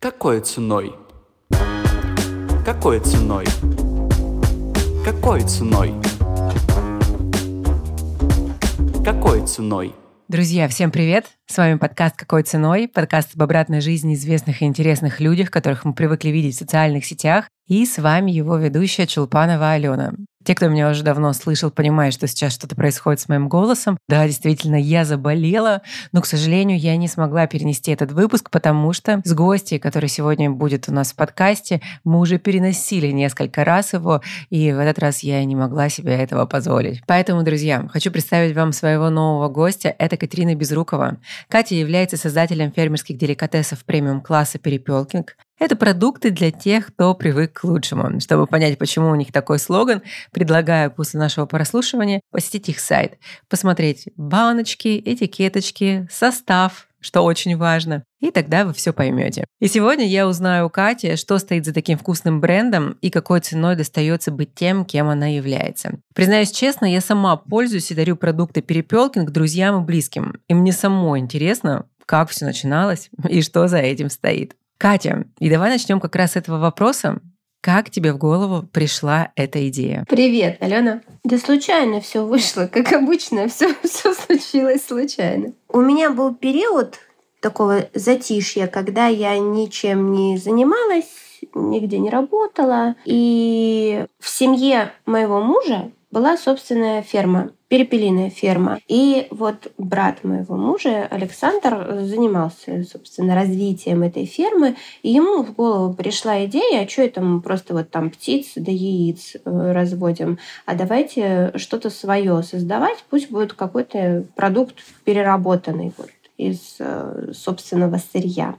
Какой ценой? Какой ценой? Какой ценой? Какой ценой? Друзья, всем привет! С вами подкаст «Какой ценой?» Подкаст об обратной жизни известных и интересных людях, которых мы привыкли видеть в социальных сетях. И с вами его ведущая Чулпанова Алена. Те, кто меня уже давно слышал, понимают, что сейчас что-то происходит с моим голосом. Да, действительно, я заболела, но, к сожалению, я не смогла перенести этот выпуск, потому что с гостьей, которая сегодня будет у нас в подкасте, мы уже переносили несколько раз его, и в этот раз я не могла себе этого позволить. Поэтому, друзья, хочу представить вам своего нового гостя. Это Катерина Безрукова. Катя является создателем фермерских деликатесов премиум-класса «Перепелкинг». Это продукты для тех, кто привык к лучшему. Чтобы понять, почему у них такой слоган, предлагаю после нашего прослушивания посетить их сайт, посмотреть баночки, этикеточки, состав, что очень важно, и тогда вы все поймете. И сегодня я узнаю у Кати, что стоит за таким вкусным брендом и какой ценой достается быть тем, кем она является. Признаюсь честно, я сама пользуюсь и дарю продукты Перепелкинг друзьям и близким. И мне самой интересно, как все начиналось и что за этим стоит. Катя, и давай начнем как раз с этого вопроса. Как тебе в голову пришла эта идея? Привет, Алена. Да случайно все вышло, как обычно, все случилось случайно. У меня был период такого затишья, когда я ничем не занималась, нигде не работала. И в семье моего мужа была собственная ферма, перепелиная ферма. И вот брат моего мужа, Александр, занимался, собственно, развитием этой фермы. И ему в голову пришла идея, а что это мы просто вот там птиц да яиц разводим, а давайте что-то свое создавать, пусть будет какой-то продукт переработанный вот из собственного сырья.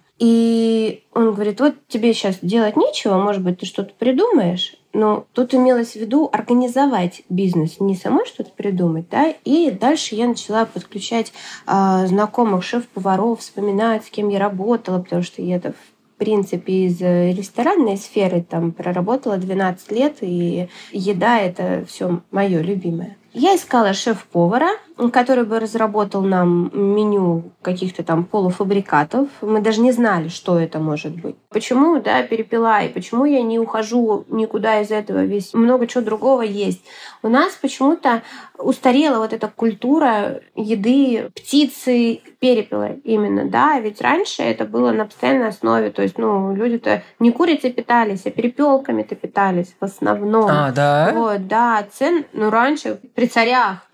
И он говорит, вот тебе сейчас делать нечего, может быть, ты что-то придумаешь. Но тут имелось в виду организовать бизнес, не самой что-то придумать, да. И дальше я начала подключать знакомых шеф-поваров, вспоминать, с кем я работала, потому что я в принципе из ресторанной сферы там проработала 12 лет, и еда — это все мое любимое. Я искала шеф-повара, который бы разработал нам меню каких-то там полуфабрикатов. Мы даже не знали, что это может быть. Почему, да, перепела, и почему я не ухожу никуда из этого, ведь много чего другого есть. У нас почему-то устарела вот эта культура еды птицы, перепела именно, да, ведь раньше это было на постоянной основе, то есть, люди-то не курицей питались, а перепелками-то питались в основном. А, да? Вот, да, раньше при царях,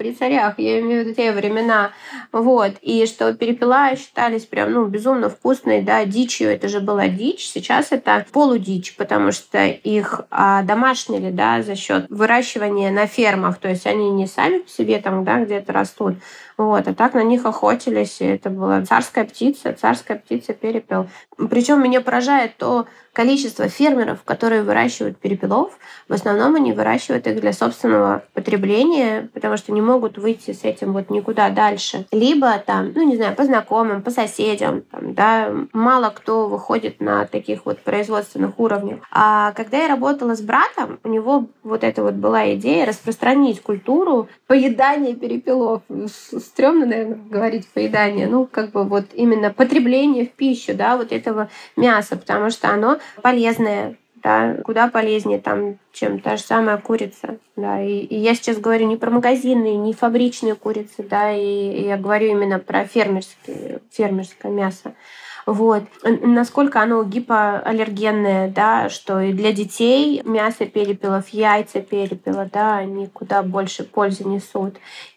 я имею в виду те времена, вот, и что перепела считались прям, безумно вкусной, да, дичью, это же была дичь, сейчас это полудичь, потому что их домашнили, да, за счет выращивания на фермах, то есть они не сами по себе там, да, где-то растут, вот, а так на них охотились, и это была царская птица перепел. Причем меня поражает то количество фермеров, которые выращивают перепелов. В основном они выращивают их для собственного потребления, потому что не могут выйти с этим вот никуда дальше. Либо там, по знакомым, по соседям, там, да, мало кто выходит на таких вот производственных уровнях. А когда я работала с братом, у него вот эта вот была идея распространить культуру поедания перепелов. Стрёмно, наверное, говорить поедание, вот именно потребление в пищу, да, вот этого мяса, потому что оно полезное, да, куда полезнее там, чем та же самая курица, да, и я сейчас говорю не про магазинные, не фабричные курицы, да, и я говорю именно про фермерское мясо. Вот. Насколько оно гипоаллергенное, да, что и для детей мясо перепелов, яйца перепела, да, они куда больше пользы несут.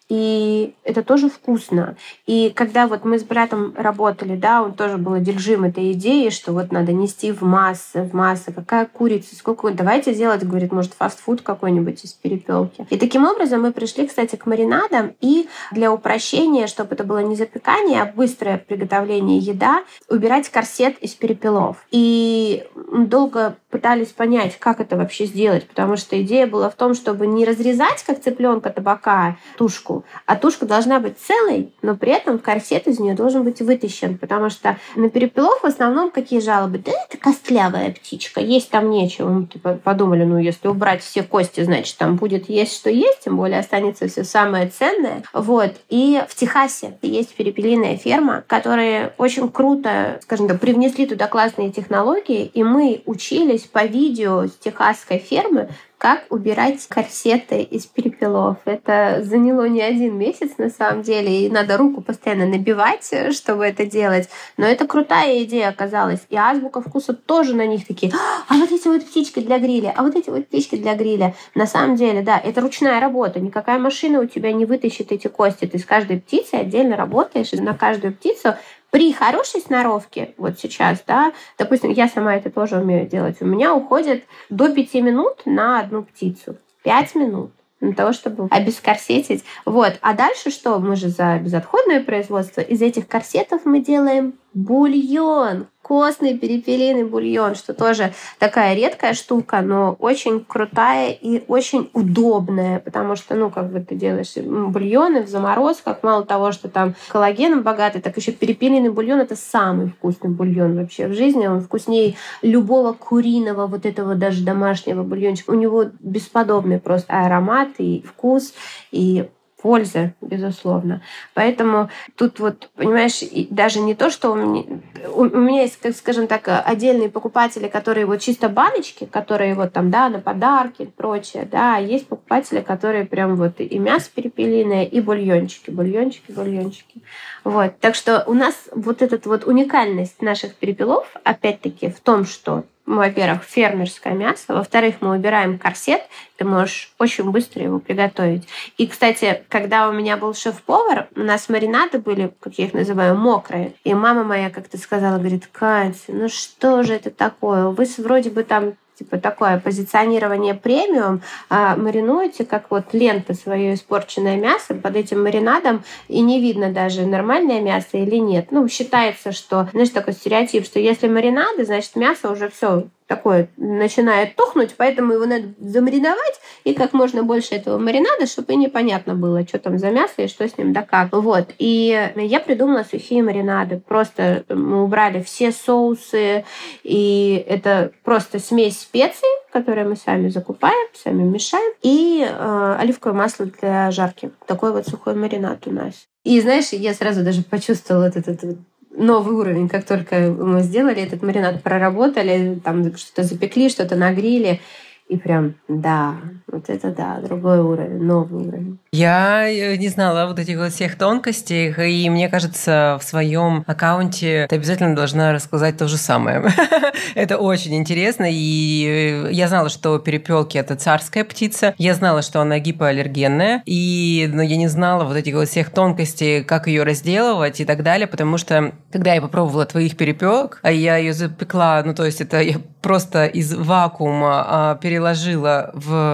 И это тоже вкусно. И когда вот мы с братом работали, да, он тоже был одержим этой идеей, что вот надо нести в массы, какая курица, сколько, давайте сделать, говорит, может, фастфуд какой-нибудь из перепелки. И таким образом мы пришли, кстати, к маринадам, и для упрощения, чтобы это было не запекание, а быстрое приготовление еда, убирать корсет из перепелов. И долго пытались понять, как это вообще сделать, потому что идея была в том, чтобы не разрезать, как цыпленка табака, тушку, а тушка должна быть целой, но при этом корсет из нее должен быть вытащен, потому что на перепелов в основном какие жалобы? Да это костлявая птичка, есть там нечего. Мы подумали, если убрать все кости, значит, там будет есть, что есть, тем более останется все самое ценное. И в Техасе есть перепелиная ферма, которые очень круто, скажем так, привнесли туда классные технологии, и мы учились по видео с техасской фермы, как убирать корсеты из перепелов. Это заняло не 1 месяц, на самом деле, и надо руку постоянно набивать, чтобы это делать. Но это крутая идея оказалась. И Азбука вкуса тоже на них такие: а вот эти вот птички для гриля, а вот эти вот птички для гриля. На самом деле, да, это ручная работа. Никакая машина у тебя не вытащит эти кости. Ты с каждой птицей отдельно работаешь, и на каждую птицу при хорошей сноровке, вот сейчас, да, допустим, я сама это тоже умею делать, у меня уходит до 5 минут на одну птицу. 5 минут для того, чтобы обескорсетить. А дальше что? Мы же за безотходное производство. Из этих корсетов мы делаем бульон, костный перепелиный бульон, что тоже такая редкая штука, но очень крутая и очень удобная, потому что, ты делаешь бульоны в заморозках, мало того, что там коллагеном богатый, так еще перепелиный бульон — это самый вкусный бульон вообще в жизни, он вкуснее любого куриного, вот этого даже домашнего бульончика. У него бесподобный просто аромат и вкус, и польза, безусловно. Поэтому тут понимаешь, даже не то, что у меня есть, скажем так, отдельные покупатели, которые чисто баночки, которые на подарки и прочее, да, есть покупатели, которые прям и мясо перепелиное, и бульончики. Так что у нас эта уникальность наших перепелов, опять-таки, в том, что во-первых, фермерское мясо, во-вторых, мы убираем корсет, ты можешь очень быстро его приготовить. И, кстати, когда у меня был шеф-повар, у нас маринады были, как я их называю, мокрые. И мама моя как-то сказала, говорит: Катя, что же это такое? Вы вроде бы там такое позиционирование премиум, маринуете как лента свое испорченное мясо под этим маринадом, и не видно даже, нормальное мясо или нет. Считается, что, знаешь, такой стереотип, что если маринады, значит, мясо уже все такое начинает тухнуть, поэтому его надо замариновать, и как можно больше этого маринада, чтобы и непонятно было, что там за мясо и что с ним да как. И я придумала сухие маринады. Просто мы убрали все соусы, и это просто смесь специй, которые мы сами закупаем, сами мешаем, и оливковое масло для жарки. Такой сухой маринад у нас. И знаешь, я сразу даже почувствовала этот новый уровень, как только мы сделали этот маринад, проработали, там что-то запекли, что-то нагрели. И прям, да, другой уровень, новый уровень. Я не знала этих всех тонкостей, и мне кажется, в своем аккаунте ты обязательно должна рассказать то же самое. Это очень интересно, и я знала, что перепелки — это царская птица, я знала, что она гипоаллергенная, но я не знала этих всех тонкостей, как ее разделывать и так далее, потому что, когда я попробовала твоих перепелок, а я ее запекла, это я просто из вакуума переложила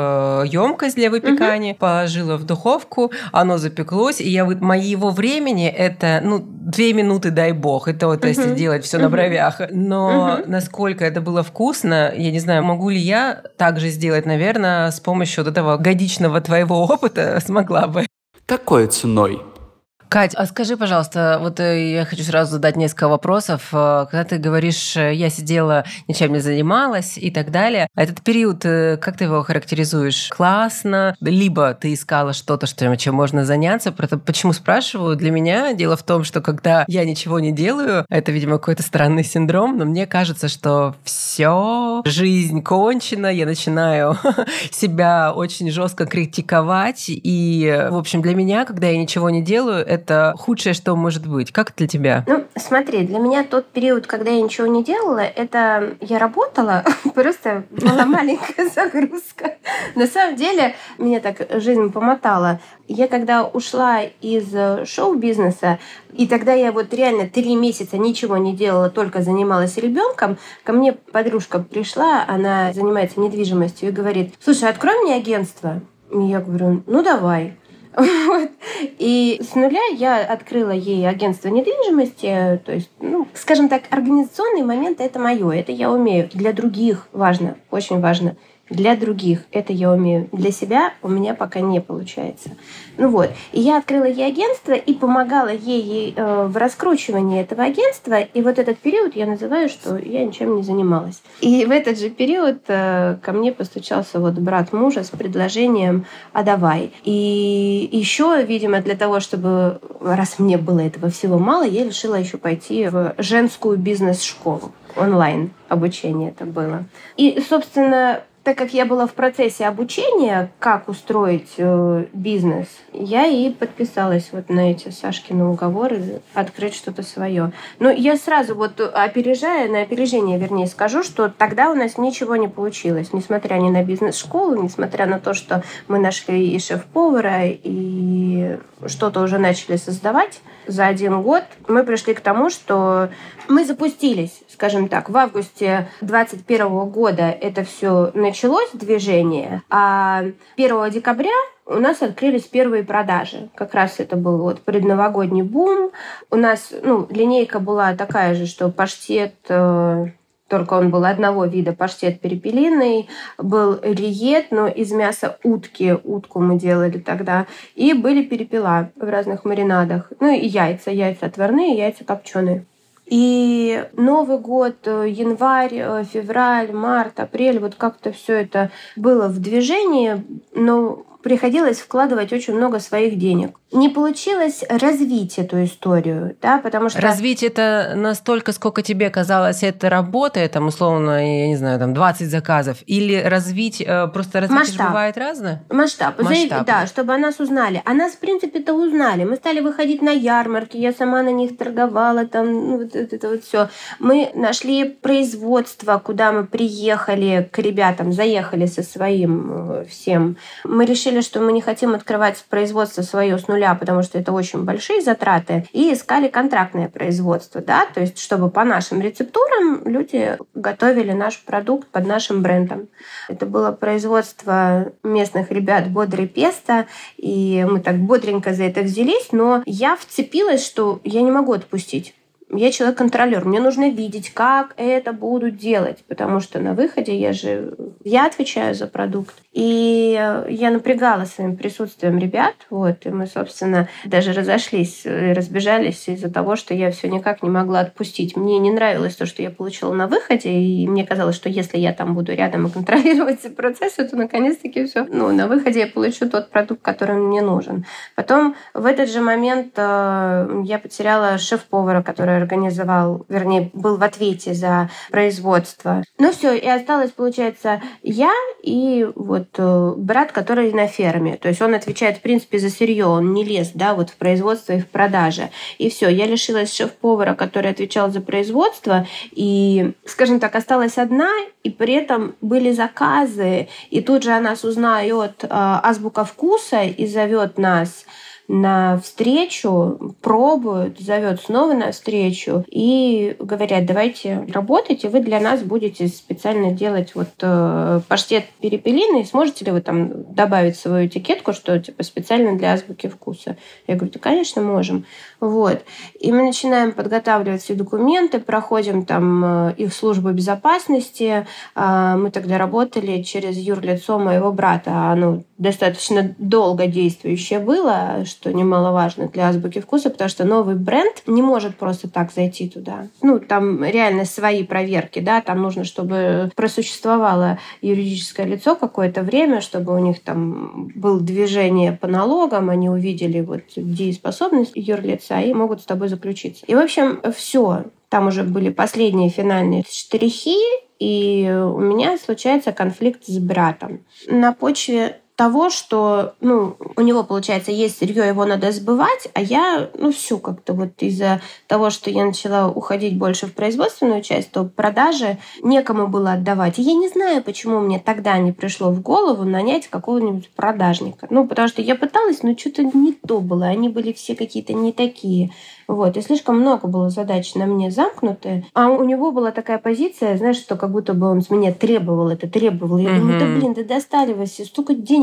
в емкость для выпекания, положила в духовку, оно запеклось, и моего времени это 2 минуты, дай бог, это если делать все на бровях. Но насколько это было вкусно, я не знаю, могу ли я так же сделать, наверное, с помощью этого годичного твоего опыта смогла бы. Какой ценой? Кать, а скажи, пожалуйста, я хочу сразу задать несколько вопросов. Когда ты говоришь, я сидела, ничем не занималась и так далее, этот период, как ты его характеризуешь? Классно? Либо ты искала что-то, чем можно заняться? Почему спрашиваю? Для меня дело в том, что когда я ничего не делаю, это, видимо, какой-то странный синдром, но мне кажется, что все, жизнь кончена, я начинаю себя очень жестко критиковать, и, в общем, для меня, когда я ничего не делаю, это худшее, что может быть. Как для тебя? Смотри, для меня тот период, когда я ничего не делала, это я работала, просто была маленькая загрузка. На самом деле, меня так жизнь помотала. Я когда ушла из шоу-бизнеса, и тогда я реально 3 месяца ничего не делала, только занималась ребенком, ко мне подружка пришла, она занимается недвижимостью, и говорит: слушай, открой мне агентство. И я говорю: давай. Вот. И с нуля я открыла ей агентство недвижимости. То есть, скажем так, организационные моменты — это моё, это я умею. Для других важно, очень важно. Для других это я умею. Для себя у меня пока не получается. И я открыла ей агентство и помогала ей в раскручивании этого агентства. И вот этот период я называю, что я ничем не занималась. И в этот же период ко мне постучался брат мужа с предложением: а давай. И еще, видимо, для того, чтобы, раз мне было этого всего мало, я решила еще пойти в женскую бизнес-школу. Онлайн обучение это было. И, собственно, так как я была в процессе обучения, как устроить бизнес, я и подписалась на эти Сашкины уговоры открыть что-то свое. Но я сразу на опережение скажу, что тогда у нас ничего не получилось. Несмотря ни на бизнес-школу, несмотря на то, что мы нашли и шеф-повара, и что-то уже начали создавать, за 1 год мы пришли к тому, что мы запустились, скажем так, в августе 2021 года это все началось, движение, а 1 декабря у нас открылись первые продажи. Как раз это был предновогодний бум. У нас линейка была такая же, что паштет, только он был одного вида, паштет перепелиный, был риет, но из мяса утки, утку мы делали тогда, и были перепела в разных маринадах, и яйца отварные, яйца копченые. И Новый год, январь, февраль, март, апрель, как-то все это было в движении, но приходилось вкладывать очень много своих денег. Не получилось развить эту историю, да, потому что... Развить это настолько, сколько тебе казалось, это работает, условно, я не знаю, 20 заказов, или развить, просто развитие же бывает разное? Масштаб. Да, чтобы о нас узнали. О нас, в принципе-то, узнали. Мы стали выходить на ярмарки, я сама на них торговала, это все. Мы нашли производство, куда мы приехали к ребятам, заехали со своим всем. Мы решили, что мы не хотим открывать производство свое с нуля, потому что это очень большие затраты, и искали контрактное производство, да, то есть чтобы по нашим рецептурам люди готовили наш продукт под нашим брендом. Это было производство местных ребят «Бодрый песто», и мы так бодренько за это взялись, но я вцепилась, что я не могу отпустить. Я человек-контролер, мне нужно видеть, как это будут делать, потому что на выходе я отвечаю за продукт. И я напрягала своим присутствием ребят, и мы, собственно, даже разошлись, разбежались из-за того, что я все никак не могла отпустить. Мне не нравилось то, что я получила на выходе, и мне казалось, что если я там буду рядом и контролировать процессы, то наконец-таки все. На выходе я получу тот продукт, который мне нужен. Потом в этот же момент я потеряла шеф-повара, который был в ответе за производство. Все, и осталось, получается, я и брат, который на ферме. То есть он отвечает, в принципе, за сырье, он не лез, в производство и в продаже. И все, я лишилась шеф-повара, который отвечал за производство, и, скажем так, осталась одна, и при этом были заказы, и тут же о нас узнает Азбука вкуса и зовет нас на встречу, пробуют, зовет снова на встречу и говорят: давайте работайте, вы для нас будете специально делать паштет перепелиный, сможете ли вы там добавить свою этикетку, что специально для Азбуки вкуса? Я говорю: да, конечно, можем. И мы начинаем подготавливать все документы, проходим там их службу безопасности. Мы тогда работали через юрлицо моего брата. Оно достаточно долго действующее было, что немаловажно для Азбуки вкуса, потому что новый бренд не может просто так зайти туда. Там реально свои проверки, да, там нужно, чтобы просуществовало юридическое лицо какое-то время, чтобы у них там было движение по налогам, они увидели дееспособность юрлица и могут с тобой заключиться. И, в общем, все. Там уже были последние финальные штрихи, и у меня случается конфликт с братом. На почве того, что, у него, получается, есть сырье, его надо сбывать, а я, все как-то из-за того, что я начала уходить больше в производственную часть, то продажи некому было отдавать. И я не знаю, почему мне тогда не пришло в голову нанять какого-нибудь продажника. Потому что я пыталась, но что-то не то было. Они были все какие-то не такие. И слишком много было задач на мне замкнутые. А у него была такая позиция, знаешь, что как будто бы он с меня требовал. Я думаю: да достали вы все, столько денег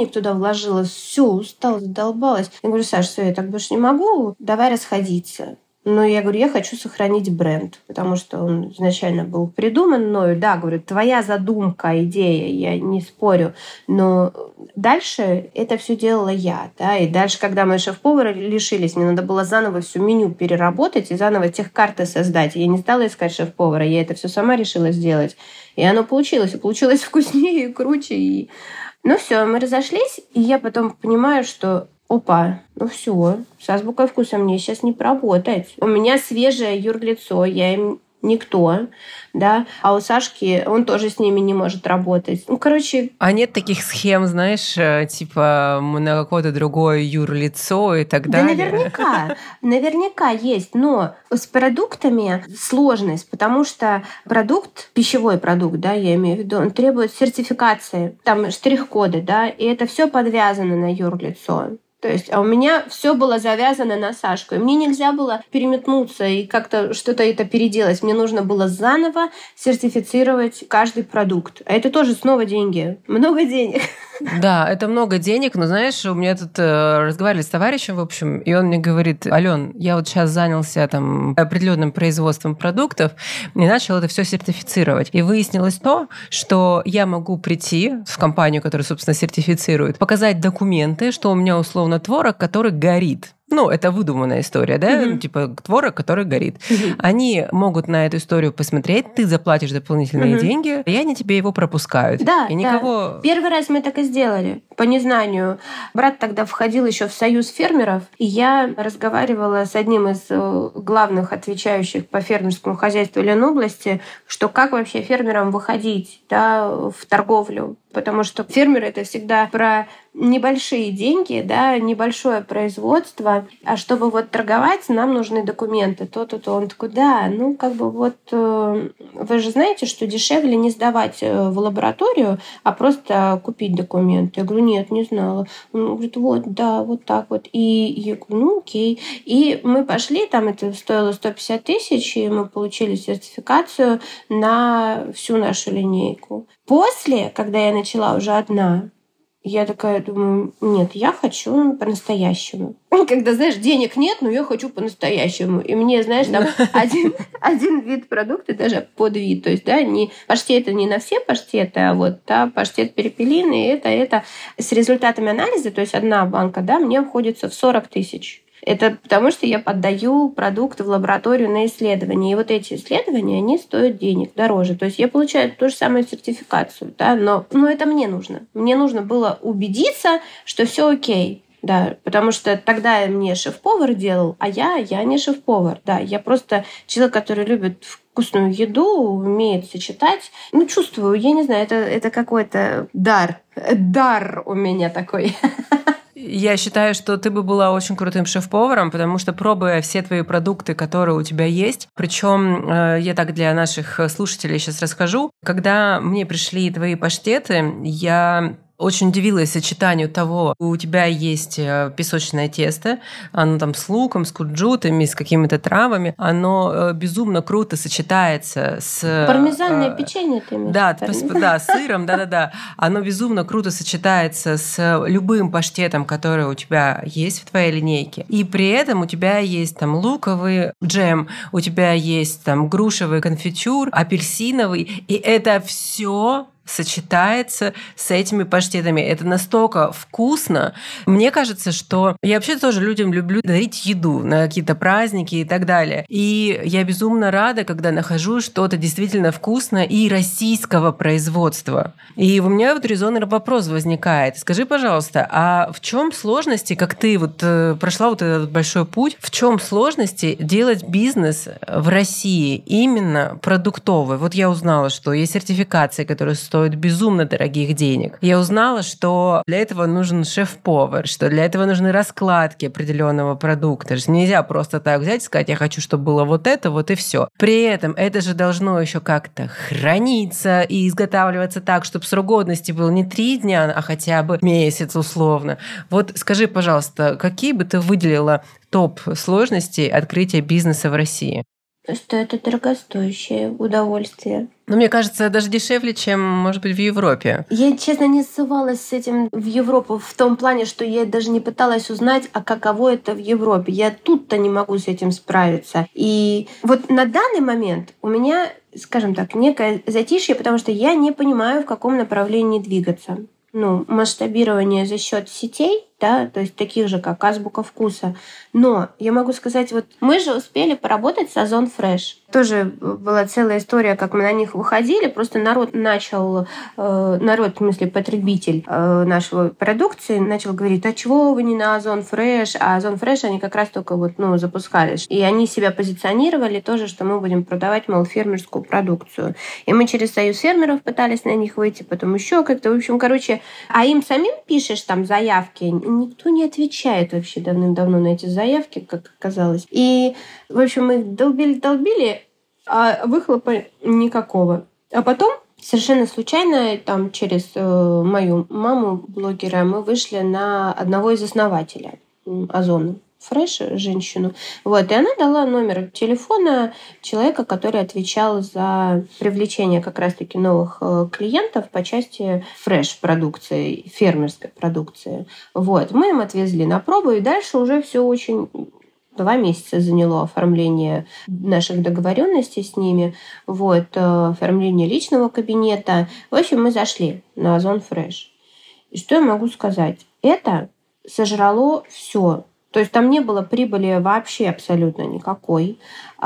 денег туда вложила, все, устала, задолбалась. Я говорю: Саш, все, я так больше не могу, давай расходиться. Но я говорю, я хочу сохранить бренд, потому что он изначально был придуман мною. Да, говорю, твоя задумка, идея, я не спорю, но дальше это все делала я. Да? И дальше, когда мы шеф-повара лишились, мне надо было заново все меню переработать и заново техкарты создать. Я не стала искать шеф-повара, я это все сама решила сделать. И оно получилось. И получилось вкуснее и круче. И... Ну все, мы разошлись, и я потом понимаю, что опа, ну все, с азбукой вкуса мне сейчас не поработать. У меня свежее юрлицо, я им никто, да, а у Сашки он тоже с ними не может работать. Ну, короче... А нет таких схем, знаешь, типа на какое-то другое юрлицо и так далее? Да наверняка есть, но с продуктами сложность, потому что продукт, пищевой продукт, да, я имею в виду, он требует сертификации, там штрих-коды, да, и это все подвязано на юрлицо. То есть, а у меня все было завязано на Сашку. И мне нельзя было переметнуться и как-то что-то это переделать. Мне нужно было заново сертифицировать каждый продукт. А это тоже снова деньги. Много денег. Да, это много денег, но, знаешь, у меня тут разговаривали с товарищем, в общем, и он мне говорит: Алён, я вот сейчас занялся там определенным производством продуктов и начал это все сертифицировать. И выяснилось то, что я могу прийти в компанию, которая, собственно, сертифицирует, показать документы, что у меня условно творог, который горит. Ну, это выдуманная история, да? Ну, типа творог, который горит. Они могут на эту историю посмотреть, ты заплатишь дополнительные деньги, и они тебе его пропускают. Да, и никого... да. Первый раз мы так и сделали, по незнанию. Брат тогда входил еще в союз фермеров, и я разговаривала с одним из главных отвечающих по фермерскому хозяйству Ленобласти, что как вообще фермерам выходить, да, в торговлю. Потому что фермер — это всегда про небольшие деньги, да, небольшое производство. А чтобы вот торговать, нам нужны документы. То-то. Он такой: да, ну как бы вот вы же знаете, что дешевле не сдавать в лабораторию, а просто купить документы. Я говорю: нет, не знала. Он говорит: вот, да, вот так вот. И я говорю: ну окей. И мы пошли, там это стоило 150 тысяч, и мы получили сертификацию на всю нашу линейку. После, когда я начала уже одна, я такая думаю: нет, я хочу по-настоящему. Когда, знаешь, денег нет, но я хочу по-настоящему. И мне, знаешь, там один вид продукта, даже подвид, то есть, да, не паштеты не на все паштеты, а вот, да, паштет перепелиный, это с результатами анализа, то есть одна банка, да, мне обходится в 40 тысяч. Это потому, что я поддаю продукты в лабораторию на исследования. И вот эти исследования, они стоят денег, дороже. То есть я получаю ту же самую сертификацию, да, но это мне нужно. Мне нужно было убедиться, что все окей. Да, потому что тогда мне шеф-повар делал, а я не шеф-повар. Да, я просто человек, который любит вкусную еду, умеет сочетать. Ну, чувствую, я не знаю, это какой-то дар. Дар у меня такой. Я считаю, что ты бы была очень крутым шеф-поваром, потому что, пробуя все твои продукты, которые у тебя есть, причем я так для наших слушателей сейчас расскажу, когда мне пришли твои паштеты, я очень удивилась сочетанию того, у тебя есть песочное тесто, оно там с луком, с кунжутами, с какими-то травами, оно безумно круто сочетается с... Пармезанное печенье ты имеешь? Да, с сыром, да-да-да. Оно безумно круто сочетается с любым паштетом, который у тебя есть в твоей линейке. И при этом у тебя есть там луковый джем, у тебя есть там грушевый конфитюр, апельсиновый, и это все сочетается с этими паштетами. Это настолько вкусно. Мне кажется, что я вообще тоже людям люблю дарить еду на какие-то праздники и так далее. И я безумно рада, когда нахожу что-то действительно вкусное и российского производства. И у меня вот резонный вопрос возникает. Скажи, пожалуйста, а в чем сложности, как ты вот прошла вот этот большой путь, в чем сложности делать бизнес в России именно продуктовый? Вот я узнала, что есть сертификации, которые стоят безумно дорогих денег. Я узнала, что для этого нужен шеф-повар, что для этого нужны раскладки определенного продукта. Нельзя просто так взять и сказать: я хочу, чтобы было вот это, вот и все. При этом это же должно еще как-то храниться и изготавливаться так, чтобы срок годности был не 3 дня, а хотя бы месяц условно. Вот скажи, пожалуйста, какие бы ты выделила топ сложностей открытия бизнеса в России? что это дорогостоящее удовольствие. Но мне кажется, даже дешевле, чем, может быть, в Европе. Я, честно, не ссылалась с этим в Европу в том плане, что я даже не пыталась узнать, а каково это в Европе. Я тут-то не могу с этим справиться. И вот на данный момент у меня, скажем так, некое затишье, потому что я не понимаю, в каком направлении двигаться. Масштабирование за счет сетей, да, то есть таких же, как Азбука вкуса. Но я могу сказать, вот мы же успели поработать с Озон Фреш. Тоже была целая история, как мы на них выходили. Просто народ, в смысле потребитель нашей продукции, начал говорить, а чего вы не на Озон Фреш? А Озон Фреш они как раз только запускались. И они себя позиционировали тоже, что мы будем продавать, фермерскую продукцию. И мы через Союз фермеров пытались на них выйти, потом еще как-то. В общем, а им самим пишешь там заявки, никто не отвечает вообще давным-давно на эти заявки, как оказалось. И, в общем, мы их долбили, а выхлопа никакого. А потом совершенно случайно, там, через мою маму, блогера, мы вышли на одного из основателей Озона Фреш, женщину. И она дала номер телефона человека, который отвечал за привлечение как раз-таки новых клиентов по части фреш-продукции, фермерской продукции. Мы им отвезли на пробу, и дальше уже все очень... 2 месяца заняло оформление наших договоренностей с ними, оформление личного кабинета. В общем, мы зашли на Озон Фреш. И что я могу сказать? Это сожрало все. То есть там не было прибыли вообще абсолютно никакой.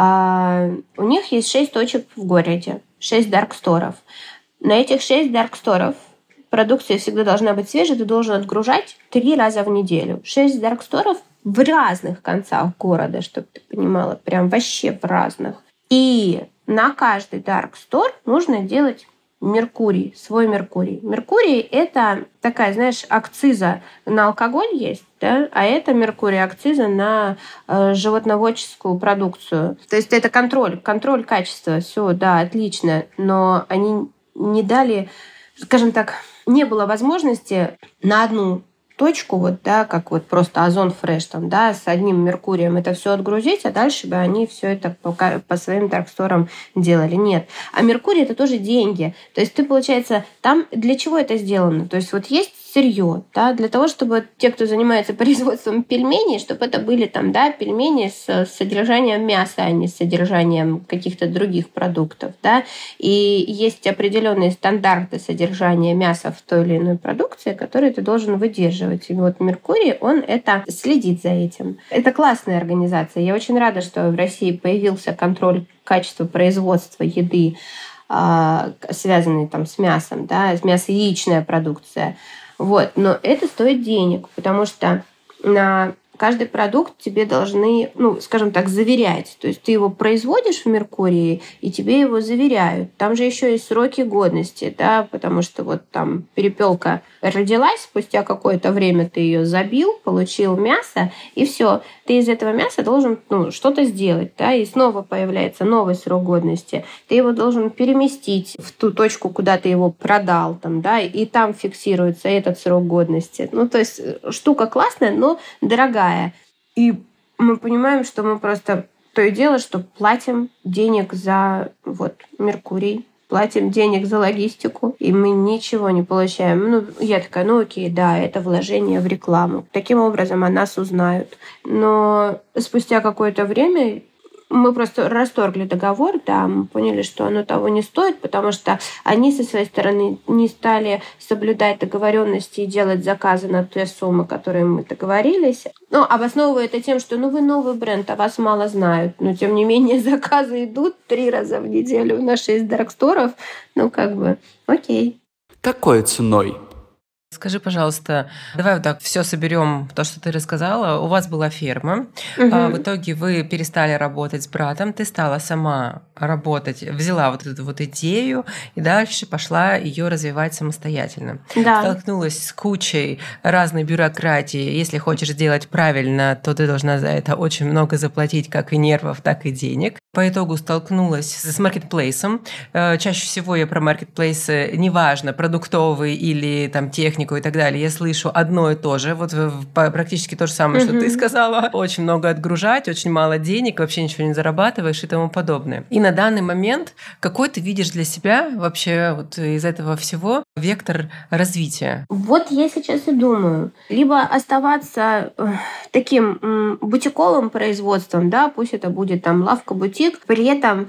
У них есть 6 точек в городе, 6 дарксторов. На этих 6 дарксторов продукция всегда должна быть свежей, ты должен отгружать 3 раза в неделю. 6 дарксторов в разных концах города, чтобы ты понимала, прям вообще в разных. И на каждый даркстор нужно делать Меркурий, свой Меркурий. Меркурий — это такая, знаешь, акциза на алкоголь есть, да, а это Меркурий акциза на животноводческую продукцию. То есть это контроль качества. Все, да, отлично. Но они не дали, скажем так, не было возможности на одну точку, как просто Озон Фреш, с одним Меркурием это все отгрузить, а дальше бы они все это по своим дарксторам делали. Нет. А Меркурий — это тоже деньги. То есть ты, получается, там для чего это сделано? То есть есть сырье, да, для того, чтобы те, кто занимается производством пельменей, чтобы это были пельмени с содержанием мяса, а не с содержанием каких-то других продуктов, да. И есть определенные стандарты содержания мяса в той или иной продукции, которые ты должен выдерживать. И Меркурий, он это следит за этим. Это классная организация. Я очень рада, что в России появился контроль качества производства еды, связанный с мясом, да, с мясо-яичная продукция. Но это стоит денег, потому что на каждый продукт тебе должны, скажем так, заверять. То есть ты его производишь в Меркурии, и тебе его заверяют. Там же еще есть сроки годности, да, потому что там перепелка родилась, спустя какое-то время ты ее забил, получил мясо, и все. Ты из этого мяса должен что-то сделать, да, и снова появляется новый срок годности. Ты его должен переместить в ту точку, куда ты его продал, да, и там фиксируется этот срок годности. То есть штука классная, но дорогая. И мы понимаем, что мы просто то и дело, что платим денег за Меркурий, платим денег за логистику, и мы ничего не получаем. Я такая, окей, да, это вложение в рекламу. Таким образом о нас узнают. Но спустя какое-то время мы просто расторгли договор, да, мы поняли, что оно того не стоит, потому что они со своей стороны не стали соблюдать договоренности и делать заказы на те суммы, которые мы договорились. Обосновывая это тем, что вы новый бренд, а вас мало знают. Но тем не менее заказы идут 3 раза в неделю на 6 дарксторов. Окей. Какой ценой? Скажи, пожалуйста, давай все соберем, то, что ты рассказала. У вас была ферма, в итоге вы перестали работать с братом, ты стала сама работать, взяла эту идею и дальше пошла ее развивать самостоятельно. Да. Столкнулась с кучей разной бюрократии. Если хочешь сделать правильно, то ты должна за это очень много заплатить, как и нервов, так и денег. по итогу столкнулась с маркетплейсом. Чаще всего я про маркетплейсы, неважно, продуктовый или там технику и так далее, я слышу одно и то же. Вот практически то же самое, что ты сказала. Очень много отгружать, очень мало денег, вообще ничего не зарабатываешь и тому подобное. И на данный момент какой ты видишь для себя вообще вот из этого всего вектор развития? Вот я сейчас и думаю. Либо оставаться таким бутиковым производством, да, пусть это будет там лавка-бутик, при этом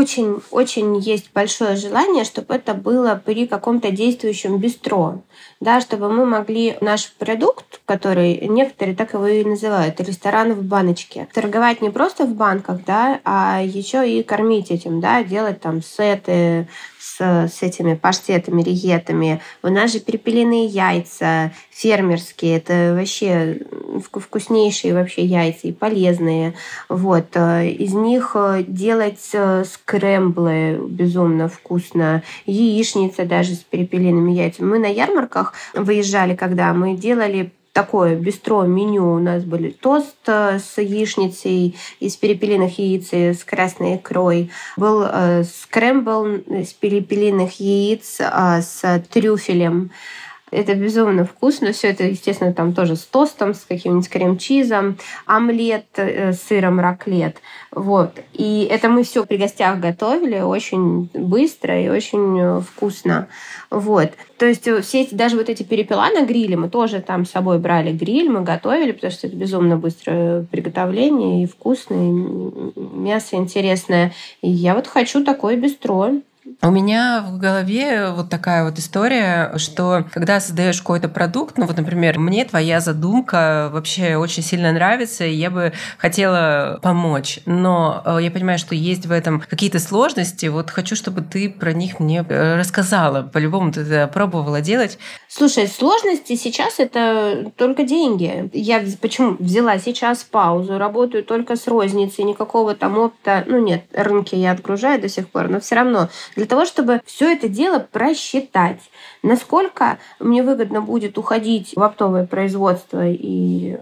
очень есть большое желание, чтобы это было при каком-то действующем бистро, да, чтобы мы могли наш продукт, который некоторые так его и называют, ресторан в баночке, торговать не просто в банках, да, а еще и кормить этим, да, делать там сеты с этими паштетами, ригетами. У нас же перепелиные яйца фермерские, это вообще вкуснейшие вообще яйца и полезные. Вот. Из них делать скрэмблы безумно вкусно. Яичница даже с перепелиными яйцами. Мы на ярмарках выезжали, когда мы делали такое бистро меню. У нас были тост с яичницей из перепелиных яиц с красной икрой. Был скрэмбл из перепелиных яиц с трюфелем. Это безумно вкусно. Все это, естественно, там тоже с тостом, с каким-нибудь крем-чизом, омлет с сыром раклет. Вот. И это мы все при гостях готовили очень быстро и очень вкусно. Вот. То есть все эти, даже вот эти перепела на гриле, мы тоже там с собой брали гриль, мы готовили, потому что это безумно быстрое приготовление и вкусное, и мясо интересное. И я вот хочу такое бистро. У меня в голове вот такая вот история, что когда создаешь какой-то продукт, ну вот, например, мне твоя задумка вообще очень сильно нравится, и я бы хотела помочь, но я понимаю, что есть в этом какие-то сложности, вот хочу, чтобы ты про них мне рассказала. По-любому ты это пробовала делать. Слушай, сложности сейчас это только деньги. Я почему взяла сейчас паузу, работаю только с розницей, никакого там опыта, ну нет, рынки я отгружаю до сих пор, но все равно для того, чтобы все это дело просчитать, насколько мне выгодно будет уходить в оптовое производство и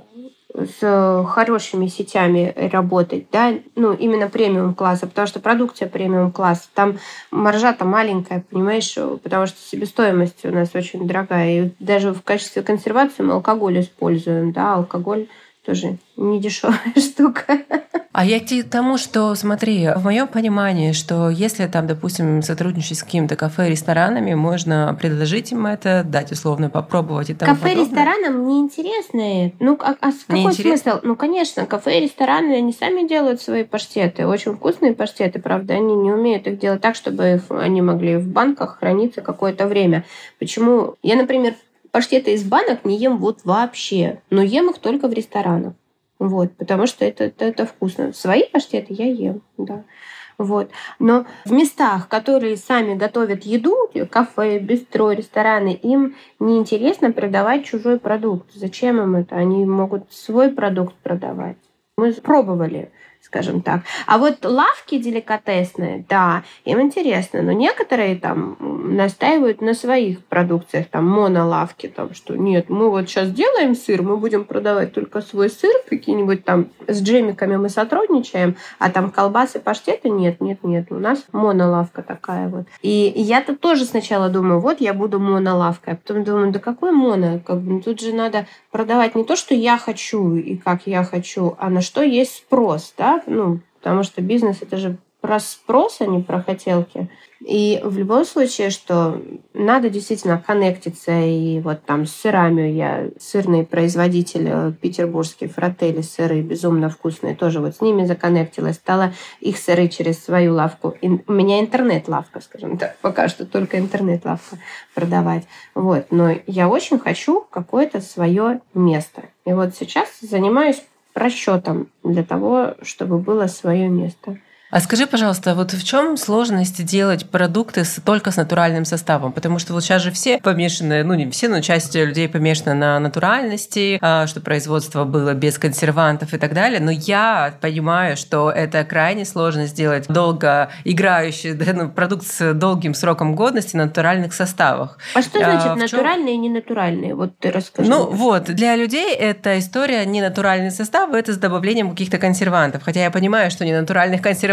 с хорошими сетями работать, да, ну, именно премиум-класса, потому что продукция премиум-класса, там маржа-то маленькая, понимаешь, потому что себестоимость у нас очень дорогая, и даже в качестве консервации мы алкоголь используем, да, алкоголь тоже не дешевая штука. А я к тому, что, смотри, в моем понимании, что если там, допустим, сотрудничать с какими-то кафе, ресторанами, можно предложить им это, дать условно попробовать и тому подобное. Кафе, ресторанам неинтересные. Ну, какой смысл? Ну, конечно, кафе и рестораны, они сами делают свои паштеты. Очень вкусные паштеты, правда, они не умеют их делать так, чтобы они могли в банках храниться какое-то время. Почему? Я, например, паштеты из банок не ем вот вообще, но ем их только в ресторанах. Вот, потому что это вкусно. Свои паштеты я ем, да. Вот. Но в местах, которые сами готовят еду, кафе, бистро, рестораны, им неинтересно продавать чужой продукт. Зачем им это? Они могут свой продукт продавать. Мы пробовали, скажем так. А вот лавки деликатесные, да, им интересно, но некоторые там настаивают на своих продукциях, там монолавки, там, что нет, мы вот сейчас делаем сыр, мы будем продавать только свой сыр, какие-нибудь там с джемиками мы сотрудничаем, а там колбасы, паштеты нет, у нас монолавка такая вот. И я-то тоже сначала думаю, вот я буду монолавкой, а потом думаю, да какой моно, как бы, тут же надо продавать не то, что я хочу и как я хочу, а на что есть спрос, да, ну, потому что бизнес — это же про спрос, а не про хотелки. И в любом случае, что надо действительно коннектиться, и вот там с сырами я сырный производитель петербургский, Фрателли сыры, безумно вкусные, тоже вот с ними законнектилась, стала их сыры через свою лавку. У меня интернет-лавка, скажем так, пока что только интернет-лавка продавать. Вот. Но я очень хочу какое-то свое место. И вот сейчас занимаюсь расчетом для того, чтобы было свое место. А скажи, пожалуйста, вот в чем сложность делать продукты только с натуральным составом? Потому что вот сейчас же все помешаны, ну не все, но часть людей помешана на натуральности, что производство было без консервантов и так далее. Но я понимаю, что это крайне сложно сделать долго играющий продукт с долгим сроком годности на натуральных составах. А что значит натуральные и ненатуральные? Вот ты расскажи. Ну вот, для людей эта история не натуральный состав, это с добавлением каких-то консервантов. Хотя я понимаю, что ненатуральных консервантов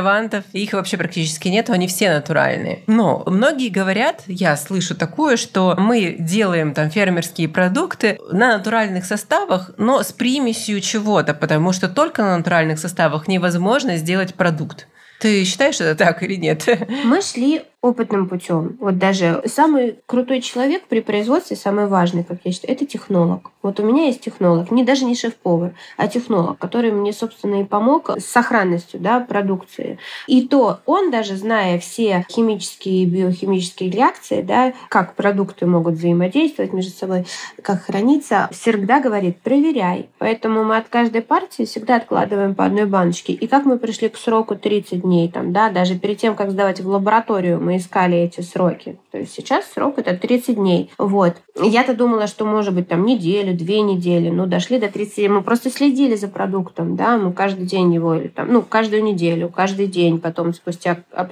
консервантов, их вообще практически нет, они все натуральные. Но многие говорят, я слышу такое, что мы делаем там фермерские продукты на натуральных составах, но с примесью чего-то, потому что только на натуральных составах невозможно сделать продукт. Ты считаешь это так или нет? Мы шли опытным путем. Вот даже самый крутой человек при производстве, самый важный, как я считаю, это технолог. Вот у меня есть технолог, даже не шеф-повар, а технолог, который мне, собственно, и помог с сохранностью, да, продукции. И то он, даже зная все химические и биохимические реакции, да, как продукты могут взаимодействовать между собой, как храниться, всегда говорит: проверяй. Поэтому мы от каждой партии всегда откладываем по одной баночке. И как мы пришли к сроку 30 дней, там, да, даже перед тем, как сдавать в лабораторию, мы искали эти сроки. То есть сейчас срок это 30 дней. Вот. Я-то думала, что может быть там неделю, 2 недели. Ну, дошли до 30 дней. Мы просто следили за продуктом, да, мы каждый день его, или там, каждую неделю, каждый день, потом спустя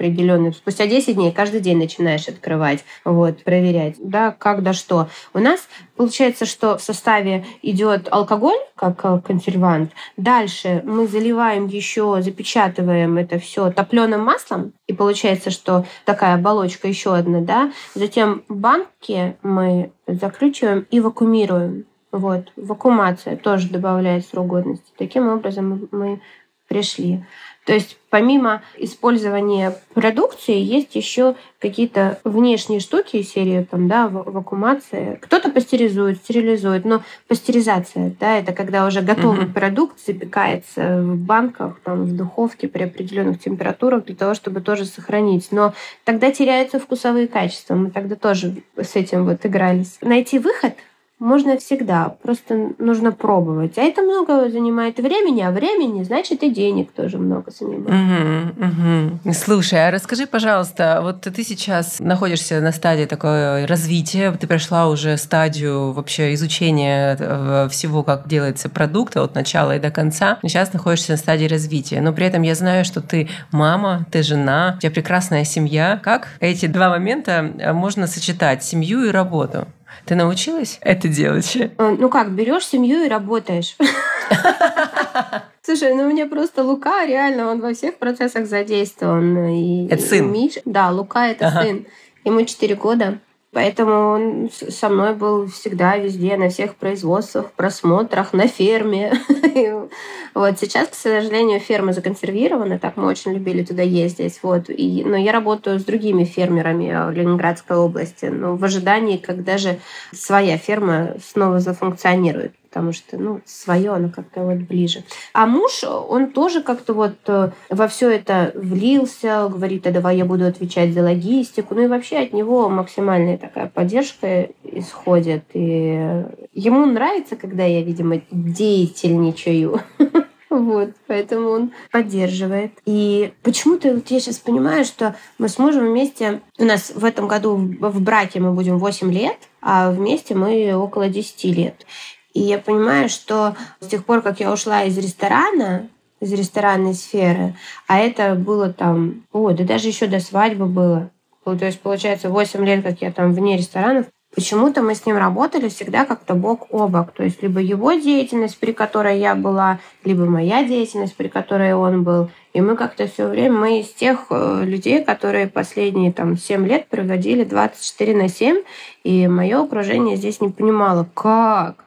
10 дней каждый день начинаешь открывать, вот, проверять, да, как да что. У нас получается, что в составе идет алкоголь, как консервант. Дальше мы заливаем еще, запечатываем это все топленым маслом, и получается, что такая оболочка еще одна, да. Затем банки мы закручиваем и вакуумируем. Вот. Вакуумация тоже добавляет срок годности. Таким образом мы пришли. То есть помимо использования продукции есть еще какие-то внешние штуки из серии там, да, вакуумация. Кто-то пастеризует, стерилизует, но пастеризация, да, это когда уже готовый продукт запекается в банках, там, в духовке при определенных температурах для того, чтобы тоже сохранить. Но тогда теряются вкусовые качества. Мы тогда тоже с этим вот игрались. Найти выход можно всегда, просто нужно пробовать. А это много занимает времени, а времени, значит, и денег тоже много занимает. Слушай, а расскажи, пожалуйста, вот ты сейчас находишься на стадии такой развития, ты прошла уже стадию вообще изучения всего, как делается продукт от начала и до конца, сейчас находишься на стадии развития. Но при этом я знаю, что ты мама, ты жена, у тебя прекрасная семья. Как эти два момента можно сочетать, семью и работу? Ты научилась это делать? Ну как, берешь семью и работаешь. Слушай, у меня просто Лука, реально, он во всех процессах задействован. Это сын? Миша, да, Лука — это сын. Ему 4 года. Поэтому он со мной был всегда везде, на всех производствах, просмотрах, на ферме. Вот сейчас, к сожалению, ферма законсервирована, так мы очень любили туда ездить. Вот. Но я работаю с другими фермерами в Ленинградской области, но в ожидании, когда же своя ферма снова зафункционирует. Потому что, свое, оно как-то вот ближе. А муж, он тоже как-то вот во все это влился, говорит: а давай я буду отвечать за логистику. Ну и вообще от него максимальная такая поддержка исходит. И ему нравится, когда я, видимо, деятельничаю. Вот, поэтому он поддерживает. И почему-то вот я сейчас понимаю, что мы с мужем вместе... У нас в этом году в браке мы будем 8 лет, а вместе мы около 10 лет. И я понимаю, что с тех пор, как я ушла из ресторанной сферы, а это было там... да даже еще до свадьбы было. То есть, получается, 8 лет, как я там вне ресторанов. Почему-то мы с ним работали всегда как-то бок о бок. То есть либо его деятельность, при которой я была, либо моя деятельность, при которой он был. И мы как-то все время... Мы из тех людей, которые последние 7 лет проводили 24/7. И мое окружение здесь не понимало, как.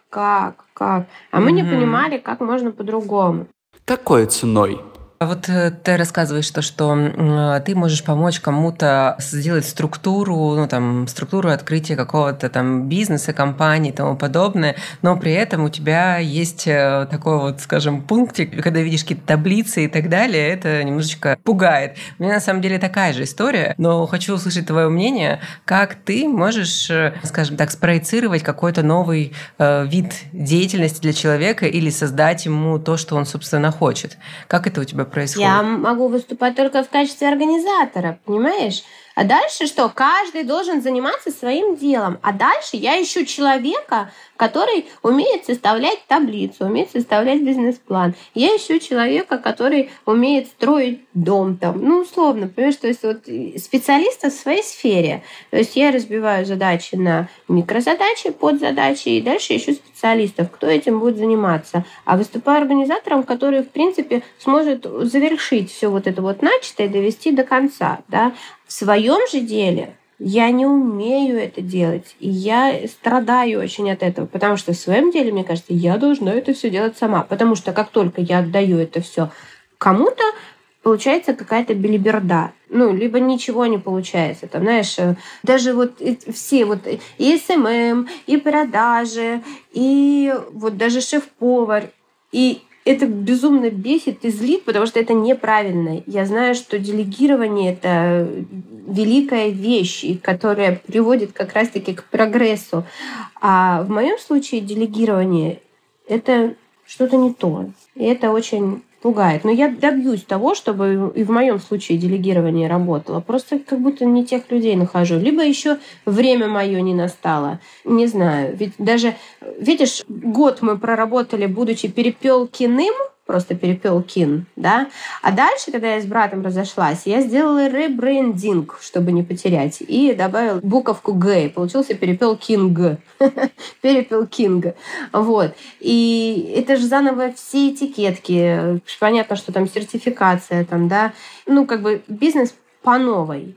А мы не понимали, как можно по-другому. Какой ценой? Вот ты рассказываешь что ты можешь помочь кому-то сделать структуру, структуру открытия какого-то бизнеса, компании и тому подобное, но при этом у тебя есть такой вот, скажем, пунктик, когда видишь какие-то таблицы и так далее, это немножечко пугает. У меня на самом деле такая же история, но хочу услышать твое мнение, как ты можешь, скажем так, спроецировать какой-то новый вид деятельности для человека или создать ему то, что он, собственно, хочет. Как это у тебя происходит? Я могу выступать только в качестве организатора, понимаешь? А дальше что? Каждый должен заниматься своим делом. А дальше я ищу человека, который умеет составлять таблицу, умеет составлять бизнес-план. Я ищу человека, который умеет строить дом там. Ну, условно, понимаешь, то есть вот специалиста в своей сфере. То есть я разбиваю задачи на микрозадачи, подзадачи, и дальше ищу специалистов, кто этим будет заниматься. А выступаю организатором, который, в принципе, сможет завершить все вот это вот начатое и довести до конца. Да? В своем же деле я не умею это делать, и я страдаю очень от этого, потому что в своем деле, мне кажется, я должна это все делать сама, потому что как только я отдаю это все кому-то, получается какая-то белиберда. Ну, либо ничего не получается. Там, знаешь, даже вот все вот и СММ, и продажи, и вот даже шеф-повар, и это безумно бесит и злит, потому что это неправильно. Я знаю, что делегирование — это великая вещь, которая приводит как раз-таки к прогрессу. А в моем случае делегирование — это что-то не то. И это очень пугает. Но я добьюсь того, чтобы и в моем случае делегирование работало. Просто как будто не тех людей нахожу. Либо еще время мое не настало. Не знаю. Ведь даже, видишь, год мы проработали, будучи перепелкиным, просто перепелкин, да. А дальше, когда я с братом разошлась, я сделала ребрендинг, чтобы не потерять, и добавила буковку Г, и получился перепелкинг. Перепелкинг. Вот. И это же заново все этикетки. Понятно, что там сертификация, там, да. Ну, как бы бизнес по новой.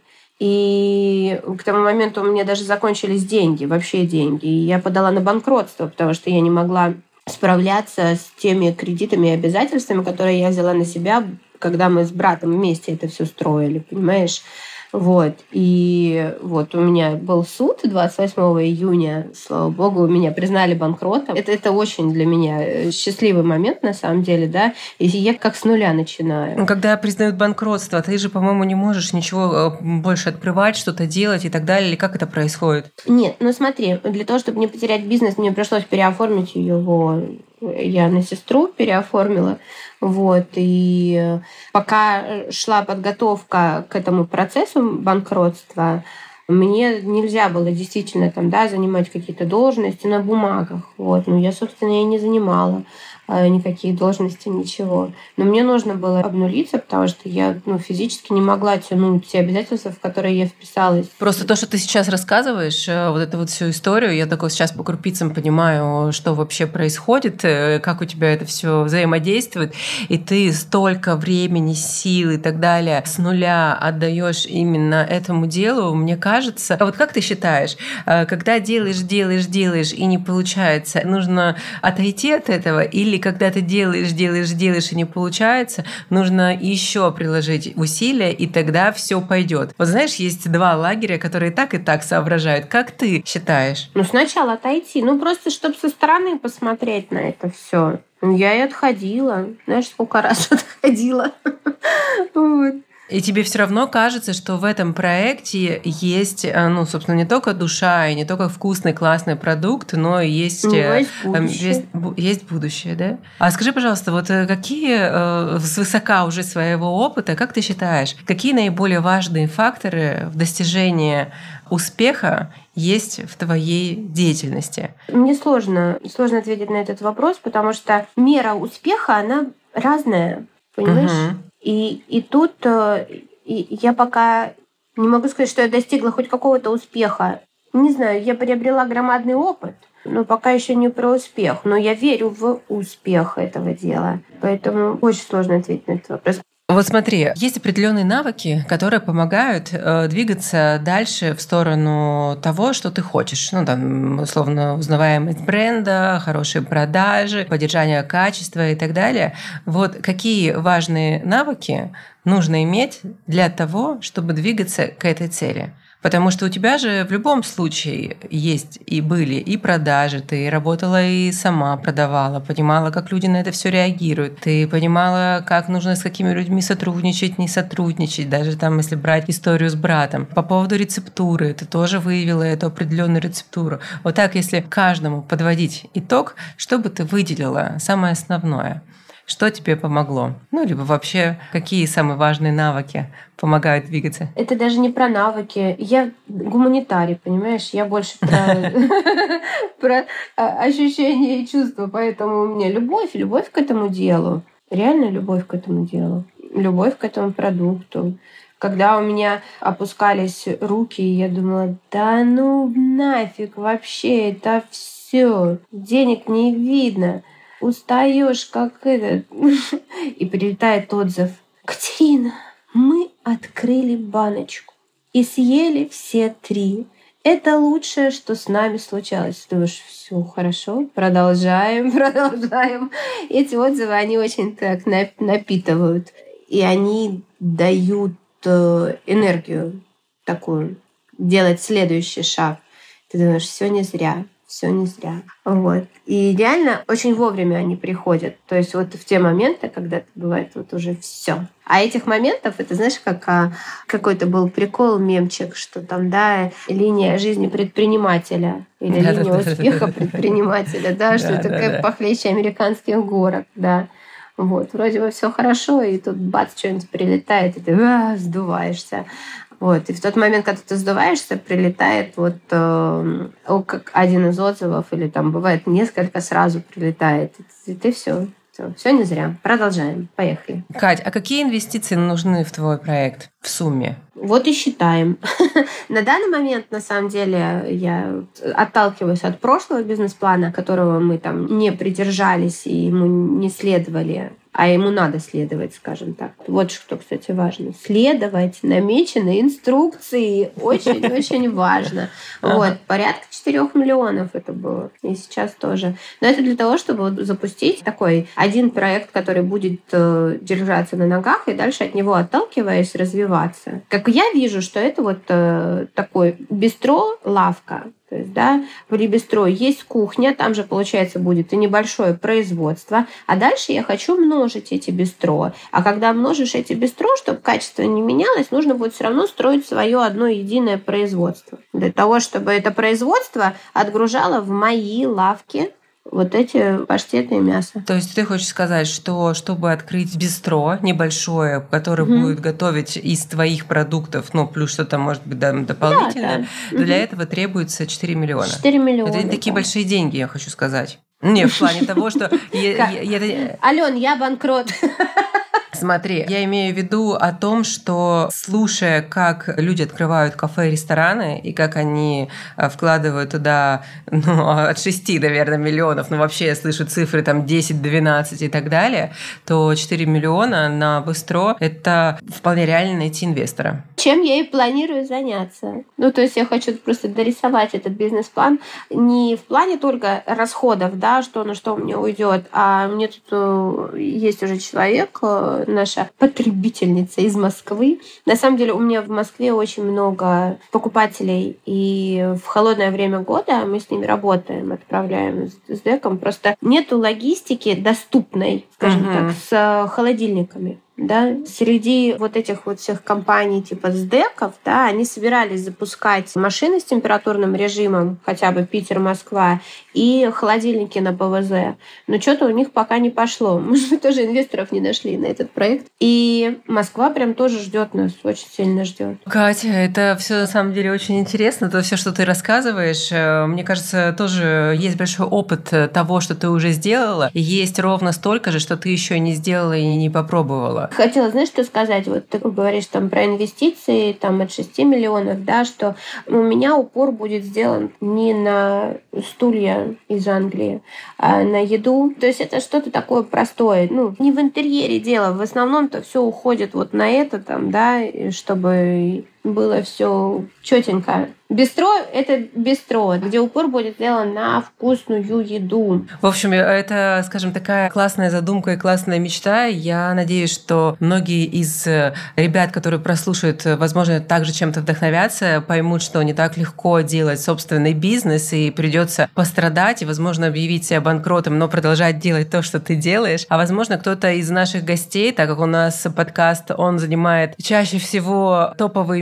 И к тому моменту у меня даже закончились деньги, вообще деньги. И я подала на банкротство, потому что я не могла справляться с теми кредитами и обязательствами, которые я взяла на себя, когда мы с братом вместе это все строили, понимаешь? Вот. И вот у меня был суд 28 июня, слава богу, меня признали банкротом. Это очень для меня счастливый момент, на самом деле, да, и я как с нуля начинаю. Когда признают банкротство, ты же, по-моему, не можешь ничего больше открывать, что-то делать и так далее, или как это происходит? Нет, ну смотри, для того, чтобы не потерять бизнес, мне пришлось переоформить его. Я на сестру переоформила. Вот. И пока шла подготовка к этому процессу банкротства, мне нельзя было действительно там, да, занимать какие-то должности на бумагах. Вот. Ну, я, собственно, и не занимала никаких должностей, ничего. Но мне нужно было обнулиться, потому что я физически не могла тянуть те обязательства, в которые я вписалась. Просто то, что ты сейчас рассказываешь, вот эту вот всю историю, я только сейчас по крупицам понимаю, что вообще происходит, как у тебя это все взаимодействует, и ты столько времени, сил и так далее с нуля отдаешь именно этому делу, мне кажется. А вот как ты считаешь, когда делаешь и не получается, нужно отойти от этого, или когда ты делаешь и не получается, нужно еще приложить усилия, и тогда все пойдет. Вот знаешь, есть два лагеря, которые так и так соображают. Как ты считаешь? Ну, сначала отойти. Ну, просто чтобы со стороны посмотреть на это все. Я и отходила. Знаешь, сколько раз отходила. Вот. И тебе все равно кажется, что в этом проекте есть, собственно, не только душа и не только вкусный, классный продукт, но и есть будущее, да? А скажи, пожалуйста, вот какие свысока уже своего опыта, как ты считаешь, какие наиболее важные факторы в достижении успеха есть в твоей деятельности? Мне сложно ответить на этот вопрос, потому что мера успеха, она разная, понимаешь? Угу. И тут я пока не могу сказать, что я достигла хоть какого-то успеха. Не знаю, я приобрела громадный опыт, но пока еще не про успех. Но я верю в успех этого дела. Поэтому очень сложно ответить на этот вопрос. Вот смотри, есть определенные навыки, которые помогают двигаться дальше в сторону того, что ты хочешь. Ну, там, условно, узнаваемость бренда, хорошие продажи, поддержание качества и так далее. Вот какие важные навыки нужно иметь для того, чтобы двигаться к этой цели? Потому что у тебя же в любом случае есть и были и продажи, ты работала и сама продавала, понимала, как люди на это все реагируют, ты понимала, как нужно с какими людьми сотрудничать, не сотрудничать, даже там, если брать историю с братом. По поводу рецептуры, ты тоже выявила эту определенную рецептуру. Вот так, если каждому подводить итог, что бы ты выделила самое основное? Что тебе помогло? Ну, либо вообще, какие самые важные навыки помогают двигаться? Это даже не про навыки. Я гуманитарий, понимаешь? Я больше про ощущения и чувства. Поэтому у меня любовь к этому делу. Реально любовь к этому делу. Любовь к этому продукту. Когда у меня опускались руки, я думала, да ну нафиг вообще, это все, денег не видно, устаешь как этот. И прилетает отзыв. Катерина, мы открыли баночку и съели все 3. Это лучшее, что с нами случалось. Ты думаешь, все хорошо, продолжаем. Эти отзывы, они очень так напитывают. И они дают энергию такую, делать следующий шаг. Ты думаешь, все не зря. Вот. И реально очень вовремя они приходят. То есть вот в те моменты, когда бывает вот уже все. А этих моментов, это знаешь, как какой-то был прикол, мемчик, что там, да, линия жизни предпринимателя или линия успеха предпринимателя, да, что это похлеще американских горок, да. Вот, вроде бы все хорошо, и тут бац, что-нибудь прилетает, и ты сдуваешься. Вот. И в тот момент, когда ты сдуваешься, прилетает вот как один из отзывов, или там бывает несколько сразу прилетает. И ты все не зря. Продолжаем. Поехали. Кать, а какие инвестиции нужны в твой проект в сумме? Вот и считаем. На данный момент, на самом деле, я отталкиваюсь от прошлого бизнес-плана, которого мы там не придержались и ему не следовали, а ему надо следовать, скажем так. Вот что, кстати, важно. Следовать намеченной инструкции. Очень-очень важно. Вот. Порядка 4 миллионов это было. И сейчас тоже. Но это для того, чтобы запустить такой один проект, который будет держаться на ногах и дальше от него отталкиваясь развиваться. Как я вижу, что это вот такой бистро-лавка. То есть, да, при бистро есть кухня, там же, получается, будет и небольшое производство. А дальше я хочу множить эти бистро. А когда множишь эти бистро, чтобы качество не менялось, нужно будет все равно строить свое одно единое производство. Для того, чтобы это производство отгружало в мои лавки вот эти паштеты и мясо. То есть ты хочешь сказать, что чтобы открыть бистро небольшое, которое будет готовить из твоих продуктов, ну, плюс что-то может быть дополнительное, для этого требуется 4 миллиона. 4 миллиона. Это не такие большие деньги, я хочу сказать. Не, в плане того, что... Алён, я банкрот. Смотри, я имею в виду о том, что слушая, как люди открывают кафе и рестораны, и как они вкладывают туда от 6, наверное, миллионов, но вообще я слышу цифры там 10, 12 и так далее, то 4 миллиона на быстро – это вполне реально найти инвестора. Чем я и планирую заняться. Ну, то есть я хочу просто дорисовать этот бизнес-план не в плане только расходов, да, что на что у меня уйдет, а мне тут есть уже человек, наша потребительница из Москвы. На самом деле у меня в Москве очень много покупателей, и в холодное время года мы с ними работаем, отправляем с ДЭКом. Просто нету логистики доступной, скажем так, с холодильниками. Да, среди вот этих вот всех компаний типа СДЭКов, да, они собирались запускать машины с температурным режимом, хотя бы Питер, Москва, и холодильники на ПВЗ. Но что-то у них пока не пошло. Мы тоже инвесторов не нашли на этот проект. И Москва прям тоже ждет нас, очень сильно ждет. Катя, это все на самом деле очень интересно. То все, что ты рассказываешь, мне кажется, тоже есть большой опыт того, что ты уже сделала. И есть ровно столько же, что ты еще не сделала и не попробовала. Хотела, знаешь, что сказать? Вот ты говоришь там про инвестиции там, от 6 миллионов, да, что у меня упор будет сделан не на стулья из Англии, а на еду. То есть это что-то такое простое. Ну, не в интерьере дело. В основном-то все уходит вот на это, там, да, чтобы было все четенько. Бистро – это бистро, где упор будет сделан на вкусную еду. В общем, это, скажем, такая классная задумка и классная мечта. Я надеюсь, что многие из ребят, которые прослушают, возможно, также чем-то вдохновятся, поймут, что не так легко делать собственный бизнес, и придется пострадать, и, возможно, объявить себя банкротом, но продолжать делать то, что ты делаешь. А, возможно, кто-то из наших гостей, так как у нас подкаст, он занимает чаще всего топовые места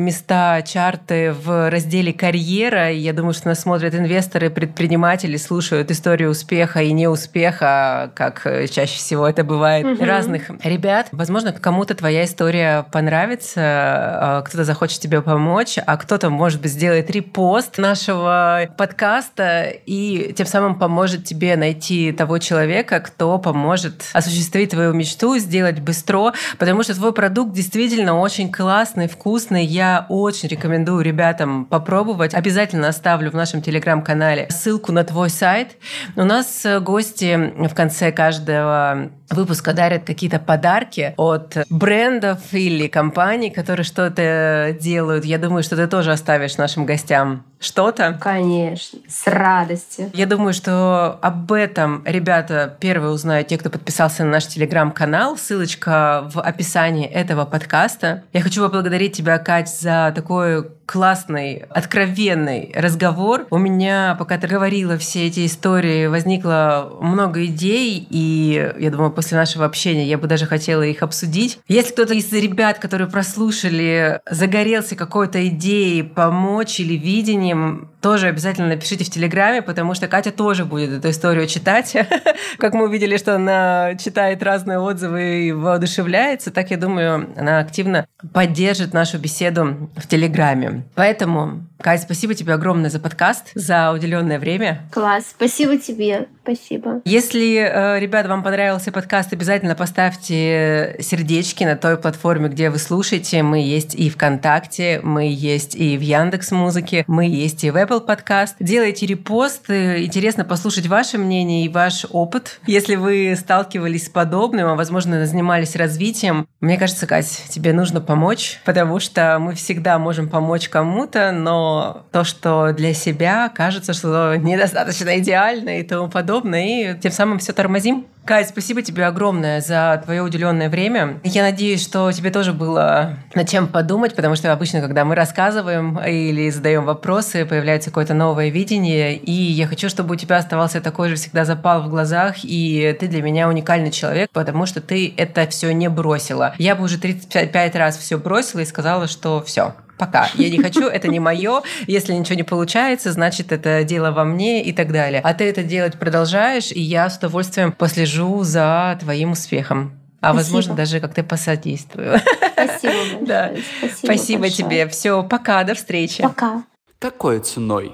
места, чарты в разделе «Карьера». Я думаю, что нас смотрят инвесторы, предприниматели, слушают историю успеха и неуспеха, как чаще всего это бывает, разных ребят. Возможно, кому-то твоя история понравится, кто-то захочет тебе помочь, а кто-то, может быть, сделает репост нашего подкаста и тем самым поможет тебе найти того человека, кто поможет осуществить твою мечту, сделать быстро, потому что твой продукт действительно очень классный, вкусный. Я очень рекомендую ребятам попробовать. Обязательно оставлю в нашем телеграм-канале ссылку на твой сайт. У нас гости в конце каждого выпуска дарят какие-то подарки от брендов или компаний, которые что-то делают. Я думаю, что ты тоже оставишь нашим гостям что-то. Конечно, с радостью. Я думаю, что об этом ребята первые узнают те, кто подписался на наш телеграм-канал. Ссылочка в описании этого подкаста. Я хочу поблагодарить тебя, Кать, за такой классный, откровенный разговор. У меня, пока ты говорила все эти истории, возникло много идей, и я думаю, после нашего общения я бы даже хотела их обсудить. Если кто-то из ребят, которые прослушали, загорелся какой-то идеей помочь или видением, тоже обязательно напишите в Телеграме, потому что Катя тоже будет эту историю читать. Как мы увидели, что она читает разные отзывы и воодушевляется, так, я думаю, она активно поддержит нашу беседу в Телеграме. Поэтому, Кать, спасибо тебе огромное за подкаст, за уделенное время. Класс, спасибо тебе, спасибо. Если, ребята, вам понравился подкаст, обязательно поставьте сердечки на той платформе, где вы слушаете. Мы есть и ВКонтакте, мы есть и в Яндекс.Музыке, мы есть и в Apple Podcast. Делайте репосты. Интересно послушать ваше мнение и ваш опыт. Если вы сталкивались с подобным, а, возможно, занимались развитием, мне кажется, Кать, тебе нужно помочь, потому что мы всегда можем помочь кому-то, но то, что для себя, кажется, что недостаточно идеально и тому подобное, и тем самым все тормозим. Кать, спасибо тебе огромное за твое уделенное время. Я надеюсь, что тебе тоже было над чем подумать, потому что обычно, когда мы рассказываем или задаем вопросы, появляется какое-то новое видение, и я хочу, чтобы у тебя оставался такой же всегда запал в глазах, и ты для меня уникальный человек, потому что ты это все не бросила. Я бы уже 35 раз все бросила и сказала, что все. Пока. Я не хочу, это не мое. Если ничего не получается, значит, это дело во мне и так далее. А ты это делать продолжаешь, и я с удовольствием послежу за твоим успехом. А, возможно, даже как-то посодействую. Спасибо большое. Да. Спасибо тебе. Все, пока, до встречи. Пока. Какой ценой?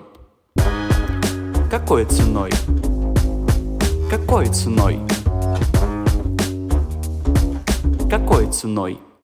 Какой ценой? Какой ценой? Какой ценой?